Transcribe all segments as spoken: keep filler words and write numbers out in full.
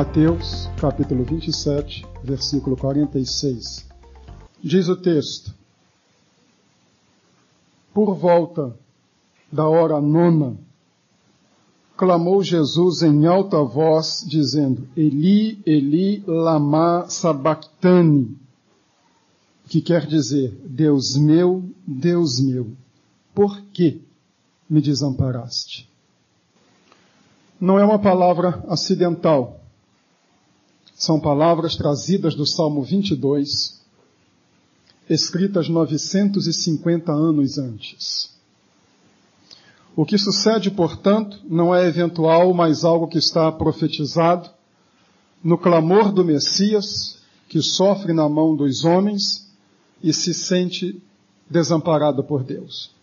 Mateus, capítulo vinte e sete, versículo quarenta e seis. Diz o texto: Por volta da hora nona, clamou Jesus em alta voz, dizendo: Eli, Eli, lama sabachthani, que quer dizer: Deus meu, Deus meu, por que me desamparaste? Não é uma palavra acidental. São palavras trazidas do Salmo vinte e dois, escritas novecentos e cinquenta anos antes. O que sucede, portanto, não é eventual, mas algo que está profetizado no clamor do Messias, que sofre na mão dos homens e se sente desamparado por Deus.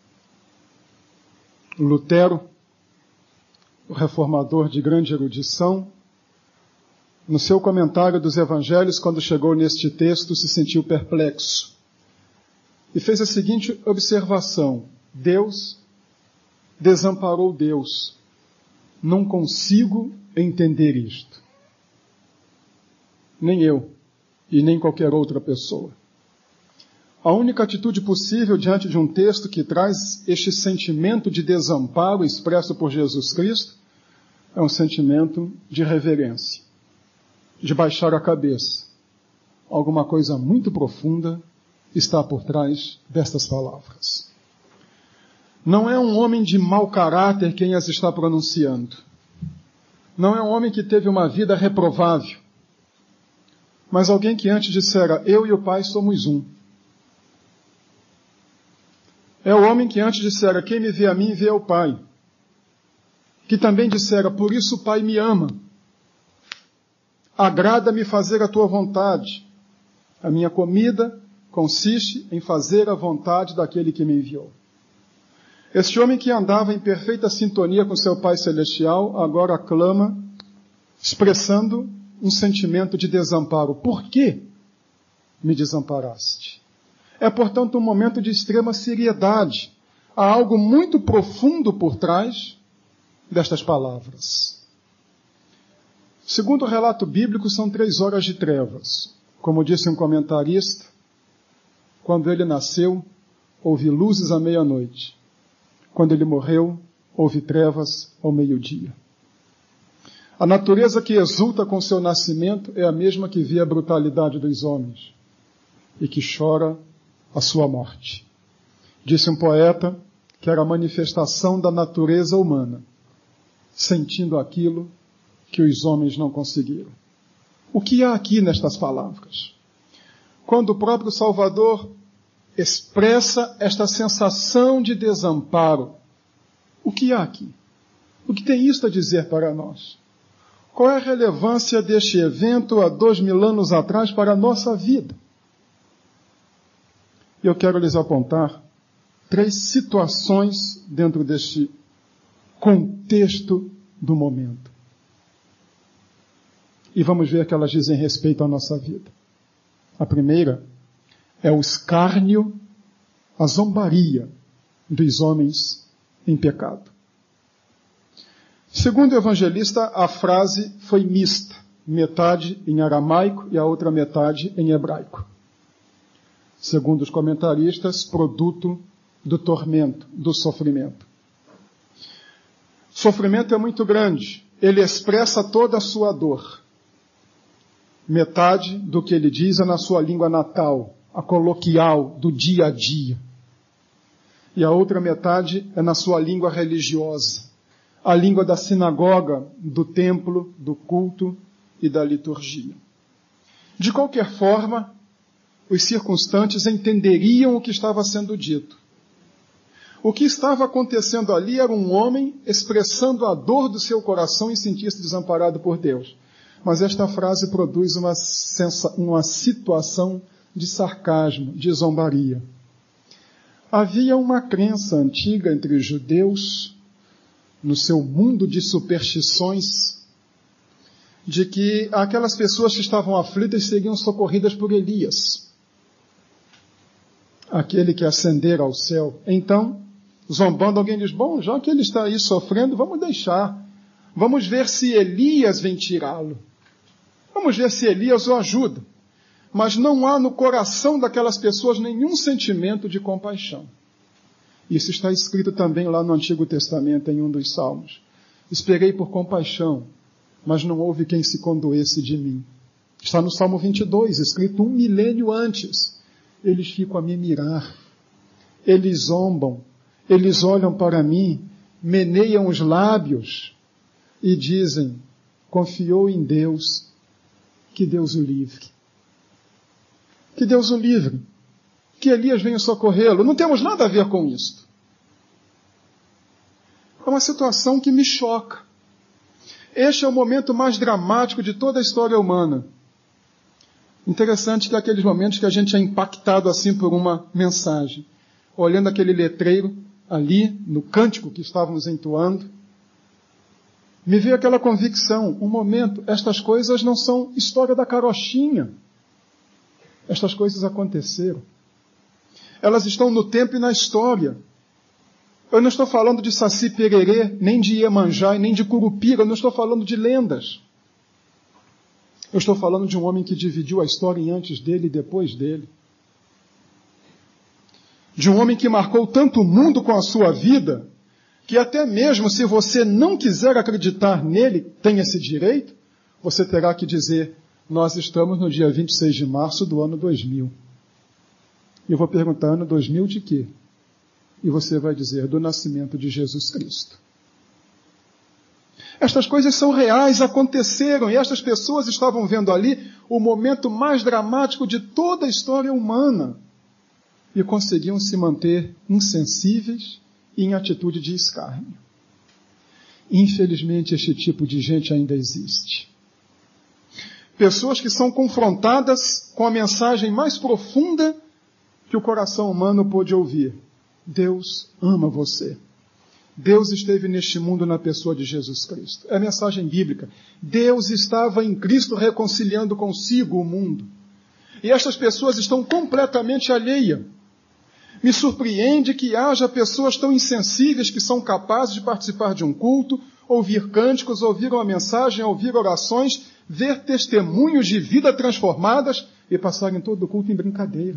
Lutero, o reformador de grande erudição, no seu comentário dos Evangelhos, quando chegou neste texto, se sentiu perplexo e fez a seguinte observação: Deus desamparou Deus. Não consigo entender isto. Nem eu e nem qualquer outra pessoa. A única atitude possível diante de um texto que traz este sentimento de desamparo expresso por Jesus Cristo é um sentimento de reverência, de baixar a cabeça. Alguma coisa muito profunda está por trás destas palavras. Não é um homem de mau caráter quem as está pronunciando. Não é um homem que teve uma vida reprovável, mas alguém que antes dissera: eu e o Pai somos um. É o homem que antes dissera: quem me vê a mim, vê ao Pai. Que também dissera: por isso o Pai me ama. Agrada-me fazer a tua vontade. A minha comida consiste em fazer a vontade daquele que me enviou. Este homem que andava em perfeita sintonia com seu Pai Celestial, agora clama, expressando um sentimento de desamparo. Por que me desamparaste? É, portanto, um momento de extrema seriedade. Há algo muito profundo por trás destas palavras. Segundo o relato bíblico, são três horas de trevas. Como disse um comentarista, quando ele nasceu, houve luzes à meia-noite. Quando ele morreu, houve trevas ao meio-dia. A natureza que exulta com seu nascimento é a mesma que vê a brutalidade dos homens e que chora a sua morte. Disse um poeta que era a manifestação da natureza humana, sentindo aquilo que os homens não conseguiram. O que há aqui nestas palavras? Quando o próprio Salvador expressa esta sensação de desamparo, o que há aqui? O que tem isto a dizer para nós? Qual é a relevância deste evento há dois mil anos atrás para a nossa vida? Eu quero lhes apontar três situações dentro deste contexto do momento. E vamos ver que elas dizem respeito à nossa vida. A primeira é o escárnio, a zombaria dos homens em pecado. Segundo o evangelista, a frase foi mista, metade em aramaico e a outra metade em hebraico. Segundo os comentaristas, produto do tormento, do sofrimento. O sofrimento é muito grande, ele expressa toda a sua dor. Metade do que ele diz é na sua língua natal, a coloquial, do dia a dia. E a outra metade é na sua língua religiosa, a língua da sinagoga, do templo, do culto e da liturgia. De qualquer forma, os circunstantes entenderiam o que estava sendo dito. O que estava acontecendo ali era um homem expressando a dor do seu coração em sentir-se desamparado por Deus. Mas esta frase produz uma, sensa, uma situação de sarcasmo, de zombaria. Havia uma crença antiga entre os judeus, no seu mundo de superstições, de que aquelas pessoas que estavam aflitas seriam socorridas por Elias, aquele que ascendera ao céu. Então, zombando, alguém diz: bom, já que ele está aí sofrendo, vamos deixar. Vamos ver se Elias vem tirá-lo. Vamos ver se Elias o ajuda. Mas não há no coração daquelas pessoas nenhum sentimento de compaixão. Isso está escrito também lá no Antigo Testamento, em um dos Salmos. Esperei por compaixão, mas não houve quem se condoesse de mim. Está no Salmo vinte e dois, escrito um milênio antes. Eles ficam a me mirar. Eles zombam. Eles olham para mim, meneiam os lábios e dizem, confiou em Deus, que Deus o livre. Que Deus o livre. Que Elias venha socorrê-lo. Não temos nada a ver com isso. É uma situação que me choca. Este é o momento mais dramático de toda a história humana. Interessante que é aqueles momentos que a gente é impactado assim por uma mensagem. Olhando aquele letreiro ali, no cântico que estávamos entoando, me veio aquela convicção, um momento, estas coisas não são história da carochinha. Estas coisas aconteceram. Elas estão no tempo e na história. Eu não estou falando de Saci Pererê, nem de Iemanjá, nem de Curupira, eu não estou falando de lendas. Eu estou falando de um homem que dividiu a história em antes dele e depois dele. De um homem que marcou tanto o mundo com a sua vida, que até mesmo se você não quiser acreditar nele, tem esse direito, você terá que dizer, nós estamos no dia vinte e seis de março do ano dois mil. E eu vou perguntar, ano dois mil de quê? E você vai dizer, do nascimento de Jesus Cristo. Estas coisas são reais, aconteceram, e estas pessoas estavam vendo ali o momento mais dramático de toda a história humana. E conseguiam se manter insensíveis e em atitude de escárnio. Infelizmente, este tipo de gente ainda existe. Pessoas que são confrontadas com a mensagem mais profunda que o coração humano pôde ouvir. Deus ama você. Deus esteve neste mundo na pessoa de Jesus Cristo. É a mensagem bíblica. Deus estava em Cristo reconciliando consigo o mundo. E estas pessoas estão completamente alheias. Me surpreende que haja pessoas tão insensíveis que são capazes de participar de um culto, ouvir cânticos, ouvir uma mensagem, ouvir orações, ver testemunhos de vida transformadas e passarem todo o culto em brincadeira.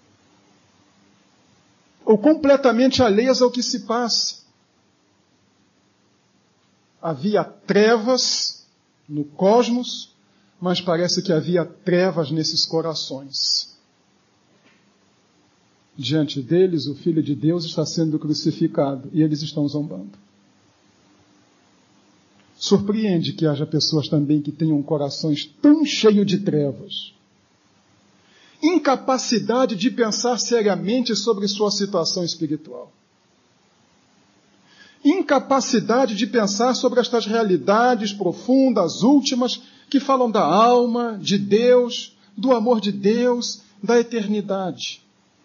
Ou completamente alheias ao que se passa. Havia trevas no cosmos, mas parece que havia trevas nesses corações. Diante deles, o Filho de Deus está sendo crucificado e eles estão zombando. Surpreende que haja pessoas também que tenham corações tão cheios de trevas. Incapacidade de pensar seriamente sobre sua situação espiritual. Incapacidade de pensar sobre estas realidades profundas, últimas, que falam da alma, de Deus, do amor de Deus, da eternidade.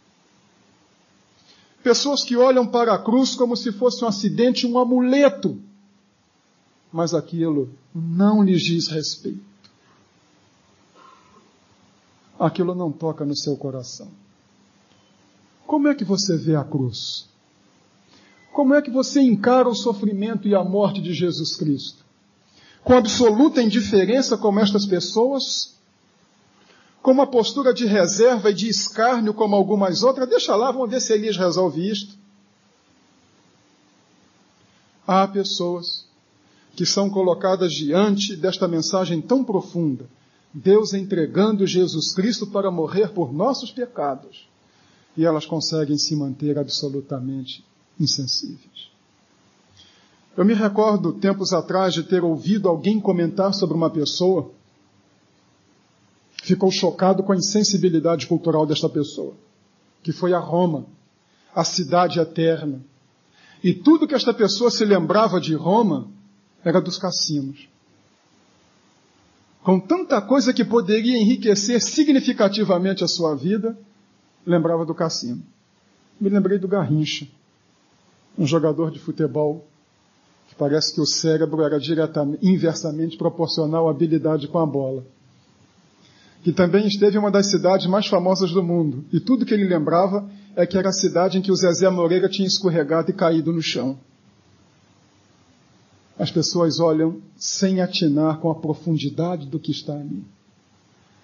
Pessoas que olham para a cruz como se fosse um acidente, um amuleto. Mas aquilo não lhes diz respeito. Aquilo não toca no seu coração. Como é que você vê a cruz? Como é que você encara o sofrimento e a morte de Jesus Cristo? Com absoluta indiferença como estas pessoas? Com uma postura de reserva e de escárnio como algumas outras? Deixa lá, vamos ver se Elias resolve isto. Há pessoas que são colocadas diante desta mensagem tão profunda. Deus entregando Jesus Cristo para morrer por nossos pecados. E elas conseguem se manter absolutamente insensíveis. Eu me recordo, tempos atrás, de ter ouvido alguém comentar sobre uma pessoa. Ficou chocado com a insensibilidade cultural desta pessoa, que foi a Roma, a cidade eterna. E tudo que esta pessoa se lembrava de Roma era dos cassinos. Com tanta coisa que poderia enriquecer significativamente a sua vida, lembrava do cassino. Me lembrei do Garrincha, um jogador de futebol que parece que o cérebro era diretamente, inversamente proporcional à habilidade com a bola. Que também esteve em uma das cidades mais famosas do mundo. E tudo que ele lembrava é que era a cidade em que o Zezé Moreira tinha escorregado e caído no chão. As pessoas olham sem atinar com a profundidade do que está ali.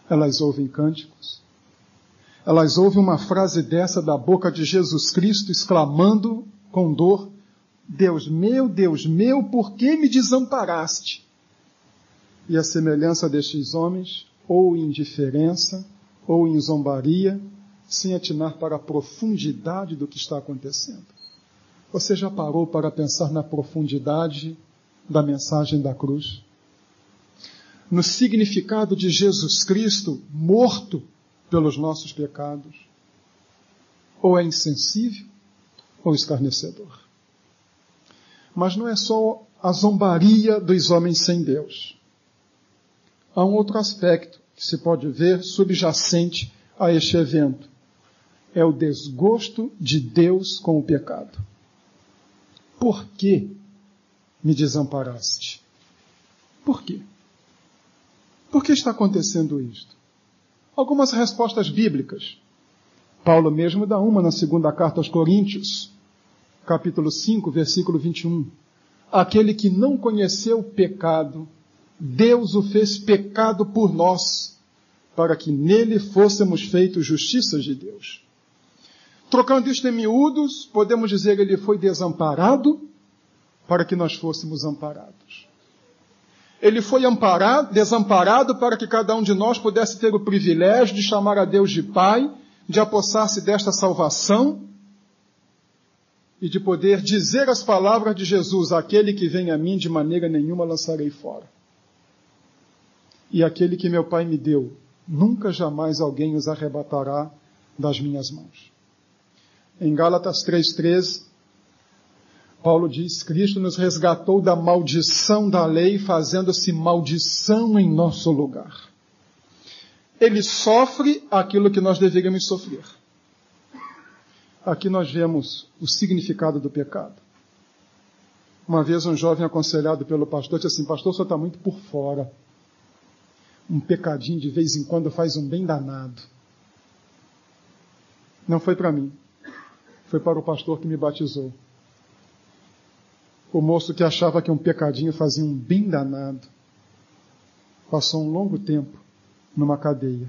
elas ouvem cânticos, elas ouvem uma frase dessa da boca de Jesus Cristo, exclamando com dor: Deus meu, Deus meu, por que me desamparaste? E a semelhança destes homens, ou em indiferença, ou em zombaria, sem atinar para a profundidade do que está acontecendo. Você já parou para pensar na profundidade da mensagem da cruz? No significado de Jesus Cristo morto pelos nossos pecados? Ou é insensível, ou escarnecedor. Mas não é só a zombaria dos homens sem Deus. Há um outro aspecto que se pode ver subjacente a este evento. É o desgosto de Deus com o pecado. Por que me desamparaste? Por quê? Por que está acontecendo isto? Algumas respostas bíblicas. Paulo mesmo dá uma na segunda carta aos Coríntios, capítulo cinco, versículo vinte e um. Aquele que não conheceu o pecado, Deus o fez pecado por nós, para que nele fôssemos feitos justiças de Deus. Trocando isto em miúdos, podemos dizer que ele foi desamparado para que nós fôssemos amparados. Ele foi amparado, desamparado para que cada um de nós pudesse ter o privilégio de chamar a Deus de Pai, de apossar-se desta salvação e de poder dizer as palavras de Jesus: aquele que vem a mim de maneira nenhuma lançarei fora. E aquele que meu Pai me deu, nunca jamais alguém os arrebatará das minhas mãos. Em Gálatas três, treze, Paulo diz: Cristo nos resgatou da maldição da lei, fazendo-se maldição em nosso lugar. Ele sofre aquilo que nós deveríamos sofrer. Aqui nós vemos o significado do pecado. Uma vez um jovem aconselhado pelo pastor disse assim: pastor, o senhor está muito por fora. Um pecadinho de vez em quando faz um bem danado. Não foi para mim. Foi para o pastor que me batizou. O moço que achava que um pecadinho fazia um bem danado passou um longo tempo numa cadeia.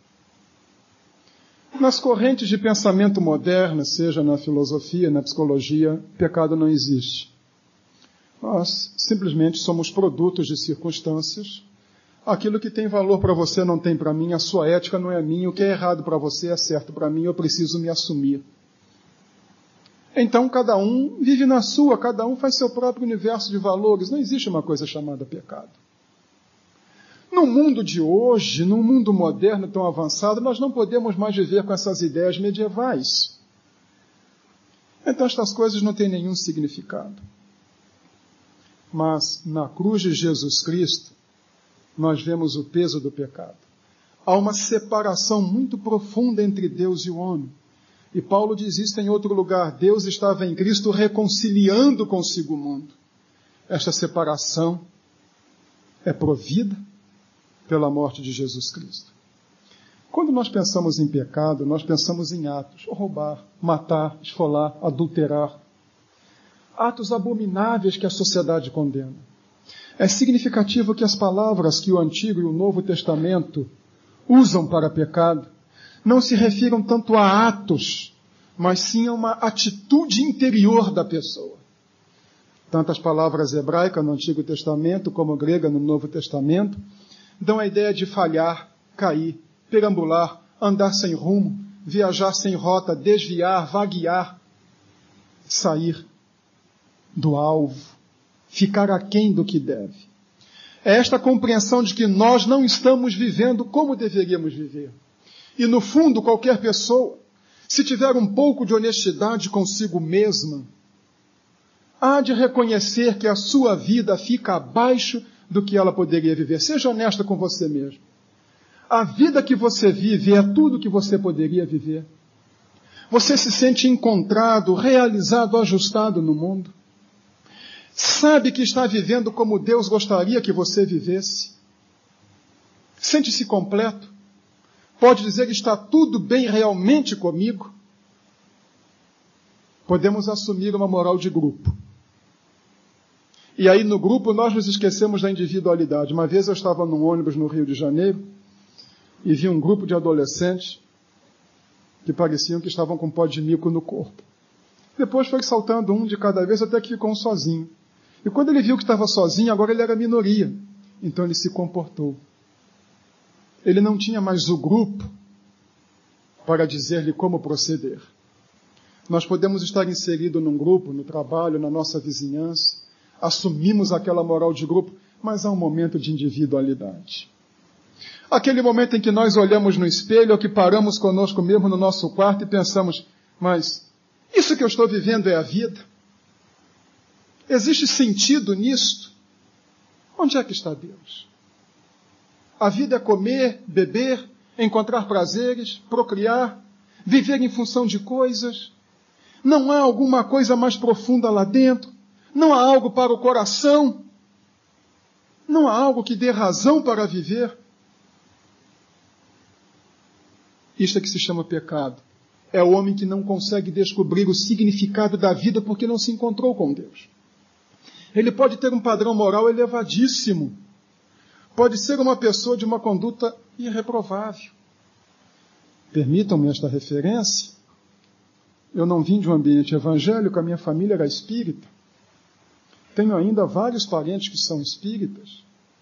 Nas correntes de pensamento moderno, seja na filosofia, na psicologia, pecado não existe. Nós simplesmente somos produtos de circunstâncias. Aquilo que tem valor para você não tem para mim, a sua ética não é minha, o que é errado para você é certo para mim, eu preciso me assumir. Então cada um vive na sua, cada um faz seu próprio universo de valores, não existe uma coisa chamada pecado. No mundo de hoje, no mundo moderno tão avançado, nós não podemos mais viver com essas ideias medievais. Então estas coisas não têm nenhum significado. Mas na cruz de Jesus Cristo, nós vemos o peso do pecado. Há uma separação muito profunda entre Deus e o homem. E Paulo diz isso em outro lugar: Deus estava em Cristo reconciliando consigo o mundo. Esta separação é provida pela morte de Jesus Cristo. Quando nós pensamos em pecado, nós pensamos em atos: roubar, matar, esfolar, adulterar. Atos abomináveis que a sociedade condena. É significativo que as palavras que o Antigo e o Novo Testamento usam para pecado não se refiram tanto a atos, mas sim a uma atitude interior da pessoa. Tanto as palavras hebraicas no Antigo Testamento como grega no Novo Testamento dão a ideia de falhar, cair, perambular, andar sem rumo, viajar sem rota, desviar, vaguear, sair do alvo, ficar aquém do que deve. É esta compreensão de que nós não estamos vivendo como deveríamos viver. E no fundo, qualquer pessoa, se tiver um pouco de honestidade consigo mesma, há de reconhecer que a sua vida fica abaixo do que ela poderia viver. Seja honesta com você mesmo. A vida que você vive é tudo que você poderia viver. Você se sente encontrado, realizado, ajustado no mundo? Sabe que está vivendo como Deus gostaria que você vivesse? Sente-se completo? Pode dizer que está tudo bem realmente comigo? Podemos assumir uma moral de grupo. E aí no grupo nós nos esquecemos da individualidade. Uma vez eu estava num ônibus no Rio de Janeiro e vi um grupo de adolescentes que pareciam que estavam com pó de mico no corpo. Depois foi saltando um de cada vez até que ficou um sozinho. E quando ele viu que estava sozinho, agora ele era minoria. Então ele se comportou. Ele não tinha mais o grupo para dizer-lhe como proceder. Nós podemos estar inseridos num grupo, no trabalho, na nossa vizinhança, assumimos aquela moral de grupo, mas há um momento de individualidade. Aquele momento em que nós olhamos no espelho, ou que paramos conosco mesmo no nosso quarto e pensamos, mas isso que eu estou vivendo é a vida? Existe sentido nisto? Onde é que está Deus? A vida é comer, beber, encontrar prazeres, procriar, viver em função de coisas. Não há alguma coisa mais profunda lá dentro? Não há algo para o coração? Não há algo que dê razão para viver? Isto é que se chama pecado. É o homem que não consegue descobrir o significado da vida porque não se encontrou com Deus. Ele pode ter um padrão moral elevadíssimo. Pode ser uma pessoa de uma conduta irreprovável. Permitam-me esta referência. Eu não vim de um ambiente evangélico, a minha família era espírita. Tenho ainda vários parentes que são espíritas.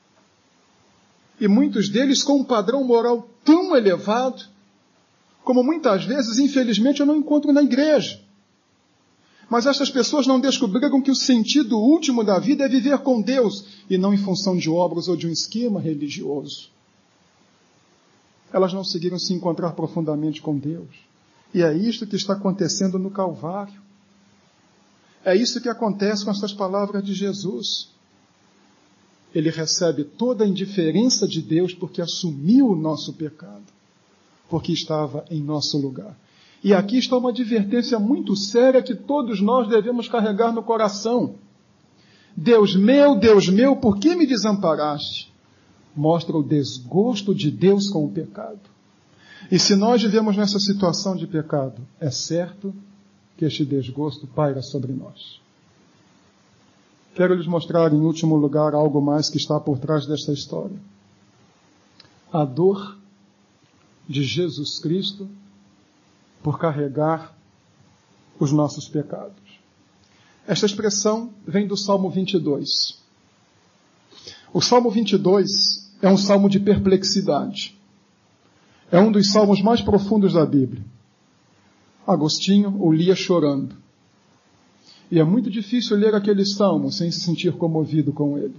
E muitos deles com um padrão moral tão elevado, como muitas vezes, infelizmente, eu não encontro na igreja. Mas estas pessoas não descobriram que o sentido último da vida é viver com Deus, e não em função de obras ou de um esquema religioso. Elas não conseguiram se encontrar profundamente com Deus. E é isto que está acontecendo no Calvário. É isso que acontece com estas palavras de Jesus. Ele recebe toda a indiferença de Deus porque assumiu o nosso pecado, porque estava em nosso lugar. E aqui está uma advertência muito séria que todos nós devemos carregar no coração. Deus meu, Deus meu, por que me desamparaste? Mostra o desgosto de Deus com o pecado. E se nós vivemos nessa situação de pecado, é certo que este desgosto paira sobre nós. Quero lhes mostrar, em último lugar, algo mais que está por trás desta história. A dor de Jesus Cristo por carregar os nossos pecados. Esta expressão vem do Salmo vinte e dois. O Salmo vinte e dois é um salmo de perplexidade. É um dos salmos mais profundos da Bíblia. Agostinho o lia chorando. E é muito difícil ler aquele salmo sem se sentir comovido com ele.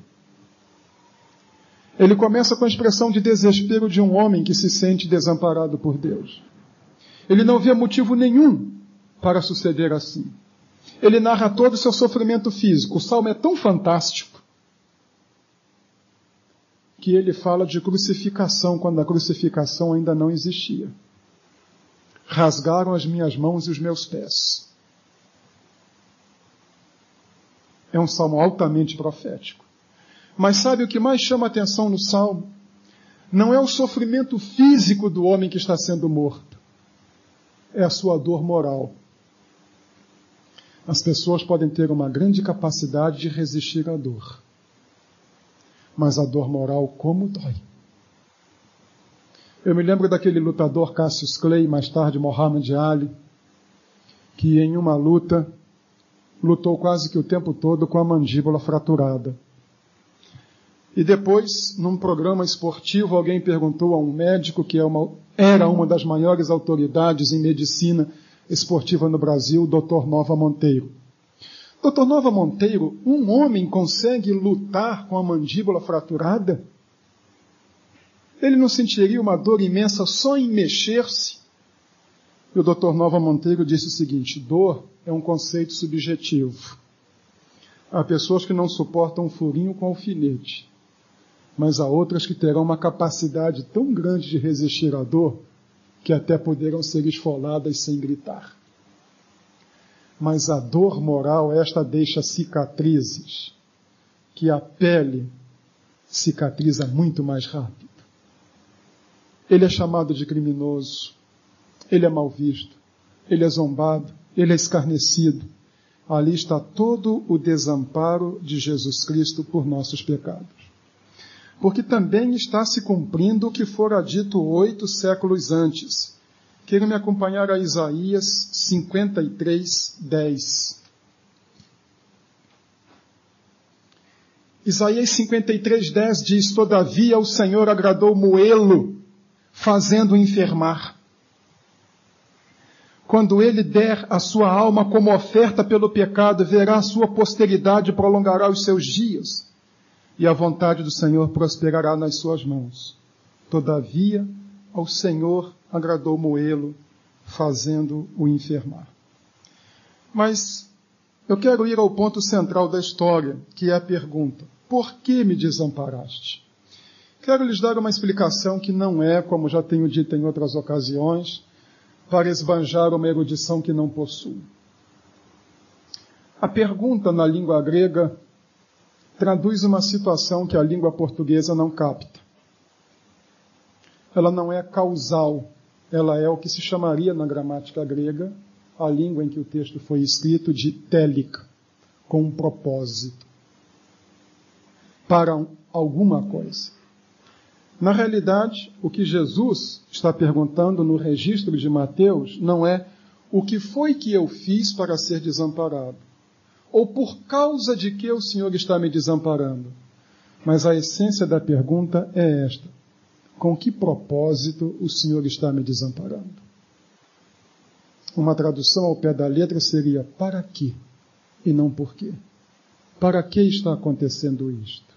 Ele começa com a expressão de desespero de um homem que se sente desamparado por Deus. Ele não vê motivo nenhum para suceder assim. Ele narra todo o seu sofrimento físico. O salmo é tão fantástico que ele fala de crucificação quando a crucificação ainda não existia. Rasgaram as minhas mãos e os meus pés. É um salmo altamente profético. Mas sabe o que mais chama a atenção no salmo? Não é o sofrimento físico do homem que está sendo morto. É a sua dor moral. As pessoas podem ter uma grande capacidade de resistir à dor. Mas a dor moral, como dói. Eu me lembro daquele lutador Cassius Clay, mais tarde Muhammad Ali, que em uma luta lutou quase que o tempo todo com a mandíbula fraturada. E depois, num programa esportivo, alguém perguntou a um médico que é uma, era uma das maiores autoridades em medicina esportiva no Brasil, o doutor Nova Monteiro. doutor Nova Monteiro, um homem consegue lutar com a mandíbula fraturada? Ele não sentiria uma dor imensa só em mexer-se? E o doutor Nova Monteiro disse o seguinte: dor é um conceito subjetivo. Há pessoas que não suportam um furinho com alfinete, mas há outras que terão uma capacidade tão grande de resistir à dor que até poderão ser esfoladas sem gritar. Mas a dor moral, esta deixa cicatrizes, que a pele cicatriza muito mais rápido. Ele é chamado de criminoso, ele é mal visto, ele é zombado, ele é escarnecido. Ali está todo o desamparo de Jesus Cristo por nossos pecados. porque também está se cumprindo o que fora dito oito séculos antes. Queiram me acompanhar a Isaías cinquenta e três, dez. Isaías cinquenta e três, dez diz: todavia o Senhor agradou Moê-lo, fazendo-o enfermar. Quando ele der a sua alma como oferta pelo pecado, verá a sua posteridade e prolongará os seus dias, e a vontade do Senhor prosperará nas suas mãos. Todavia ao Senhor agradou Moê-lo, fazendo-o enfermar. Mas eu quero ir ao ponto central da história, que é a pergunta: por que me desamparaste? Quero lhes dar uma explicação que não é, como já tenho dito em outras ocasiões, para esbanjar uma erudição que não possuo. A pergunta na língua grega traduz uma situação que a língua portuguesa não capta. Ela não é causal, ela é o que se chamaria na gramática grega, a língua em que o texto foi escrito, de télica, com um propósito, para alguma coisa. Na realidade, o que Jesus está perguntando no registro de Mateus não é o que foi que eu fiz para ser desamparado, ou por causa de que o Senhor está me desamparando. Mas a essência da pergunta é esta: com que propósito o Senhor está me desamparando? Uma tradução ao pé da letra seria: para quê? E não por quê. Para que está acontecendo isto?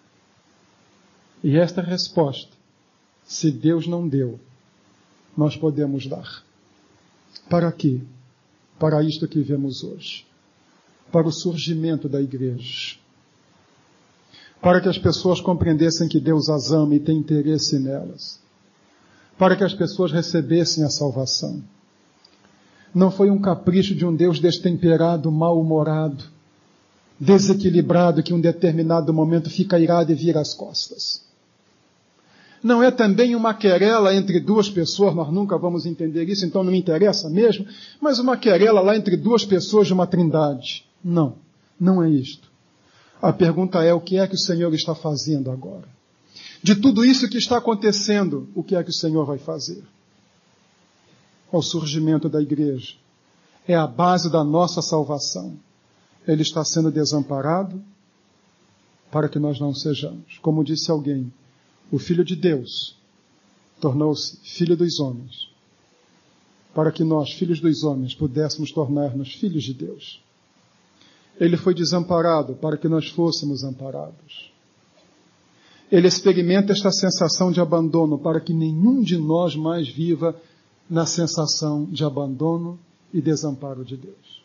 E esta resposta, se Deus não deu, nós podemos dar. Para quê? Para isto que vemos hoje. Para o surgimento da igreja. Para que as pessoas compreendessem que Deus as ama e tem interesse nelas. Para que as pessoas recebessem a salvação. Não foi um capricho de um Deus destemperado, mal-humorado, desequilibrado, que em um determinado momento fica irado e vira as costas. Não é também uma querela entre duas pessoas, nós nunca vamos entender isso, então não me interessa mesmo, mas uma querela lá entre duas pessoas de uma trindade. Não, não é isto. A pergunta é: o que é que o Senhor está fazendo agora? De tudo isso que está acontecendo, o que é que o Senhor vai fazer? Ao surgimento da igreja. É a base da nossa salvação. Ele está sendo desamparado para que nós não sejamos. Como disse alguém, o Filho de Deus tornou-se Filho dos homens, para que nós, filhos dos homens, pudéssemos tornar-nos filhos de Deus. Ele foi desamparado para que nós fôssemos amparados. Ele experimenta esta sensação de abandono para que nenhum de nós mais viva na sensação de abandono e desamparo de Deus.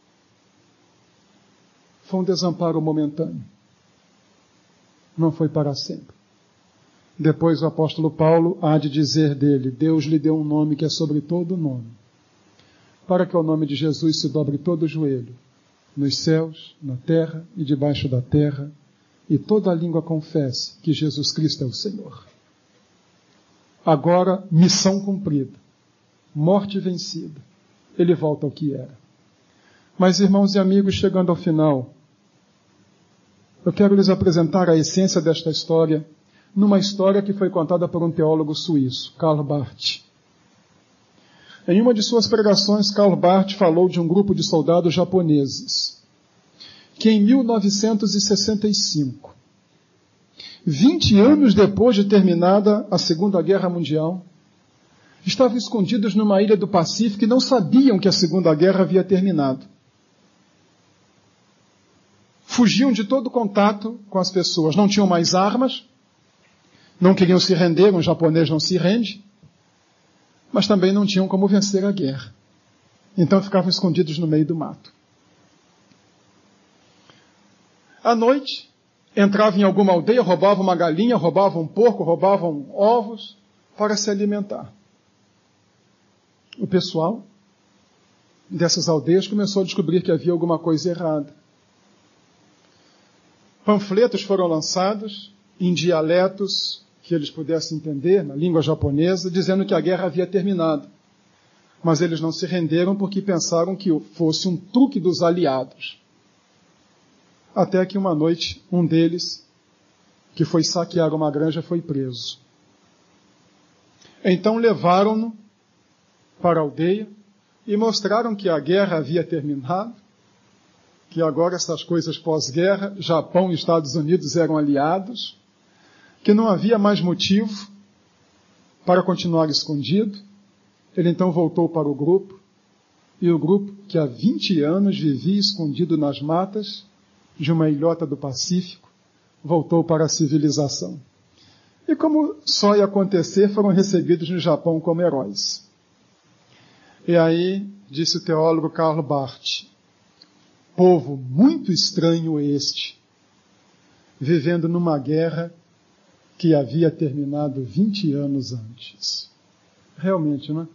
Foi um desamparo momentâneo. Não foi para sempre. Depois o apóstolo Paulo há de dizer dele: Deus lhe deu um nome que é sobre todo nome, para que ao nome de Jesus se dobre todo o joelho, nos céus, na terra e debaixo da terra, e toda a língua confesse que Jesus Cristo é o Senhor. Agora, missão cumprida, morte vencida, ele volta ao que era. Mas, irmãos e amigos, chegando ao final, eu quero lhes apresentar a essência desta história, numa história que foi contada por um teólogo suíço, Karl Barth. Em uma de suas pregações, Karl Barth falou de um grupo de soldados japoneses, que em mil novecentos e sessenta e cinco, vinte anos depois de terminada a Segunda Guerra Mundial, estavam escondidos numa ilha do Pacífico e não sabiam que a Segunda Guerra havia terminado. Fugiam de todo contato com as pessoas, não tinham mais armas, não queriam se render, um japonês não se rende, mas também não tinham como vencer a guerra. Então ficavam escondidos no meio do mato. À noite, entravam em alguma aldeia, roubavam uma galinha, roubavam um porco, roubavam ovos para se alimentar. O pessoal dessas aldeias começou a descobrir que havia alguma coisa errada. Panfletos foram lançados em dialetos que eles pudessem entender, na língua japonesa, dizendo que a guerra havia terminado. Mas eles não se renderam porque pensaram que fosse um truque dos aliados. Até que uma noite, um deles que foi saquear uma granja, foi preso. Então levaram-no para a aldeia e mostraram que a guerra havia terminado, que agora essas coisas pós-guerra, Japão e Estados Unidos eram aliados, que não havia mais motivo para continuar escondido. Ele então voltou para o grupo, e o grupo, que há vinte anos vivia escondido nas matas de uma ilhota do Pacífico, voltou para a civilização. E como só ia acontecer, foram recebidos no Japão como heróis. E aí, disse o teólogo Karl Barth, povo muito estranho este, vivendo numa guerra que havia terminado vinte anos antes. Realmente, não é?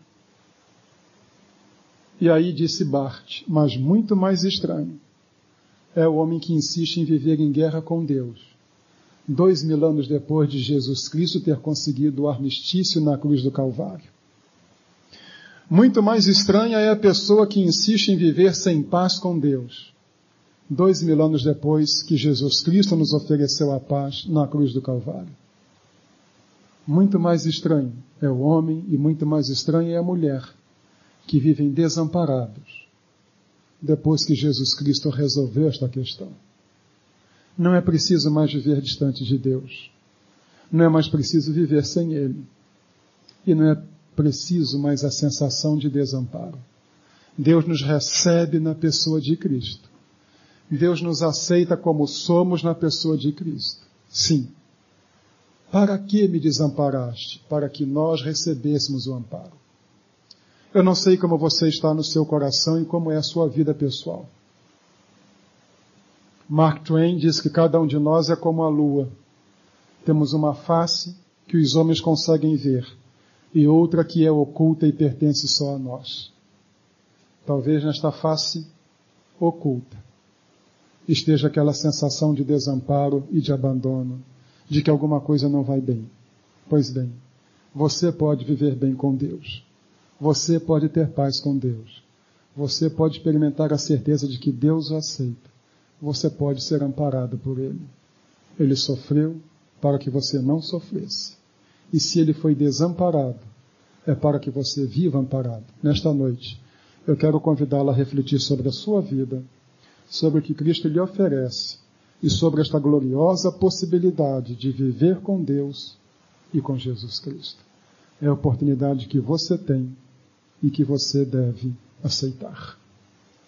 E aí disse Barth, mas muito mais estranho é o homem que insiste em viver em guerra com Deus, dois mil anos depois de Jesus Cristo ter conseguido o armistício na cruz do Calvário. Muito mais estranha é a pessoa que insiste em viver sem paz com Deus, dois mil anos depois que Jesus Cristo nos ofereceu a paz na cruz do Calvário. Muito mais estranho é o homem e muito mais estranha é a mulher que vivem desamparados depois que Jesus Cristo resolveu esta questão. Não é preciso mais viver distante de Deus. Não é mais preciso viver sem Ele. E não é preciso mais a sensação de desamparo. Deus nos recebe na pessoa de Cristo. Deus nos aceita como somos na pessoa de Cristo. Sim. Para que me desamparaste? Para que nós recebêssemos o amparo. Eu não sei como você está no seu coração e como é a sua vida pessoal. Mark Twain diz que cada um de nós é como a lua. Temos uma face que os homens conseguem ver e outra que é oculta e pertence só a nós. Talvez nesta face oculta esteja aquela sensação de desamparo e de abandono, de que alguma coisa não vai bem. Pois bem, você pode viver bem com Deus. Você pode ter paz com Deus. Você pode experimentar a certeza de que Deus o aceita. Você pode ser amparado por Ele. Ele sofreu para que você não sofresse. E se Ele foi desamparado, é para que você viva amparado. Nesta noite, eu quero convidá-la a refletir sobre a sua vida, sobre o que Cristo lhe oferece e sobre esta gloriosa possibilidade de viver com Deus e com Jesus Cristo. É a oportunidade que você tem e que você deve aceitar.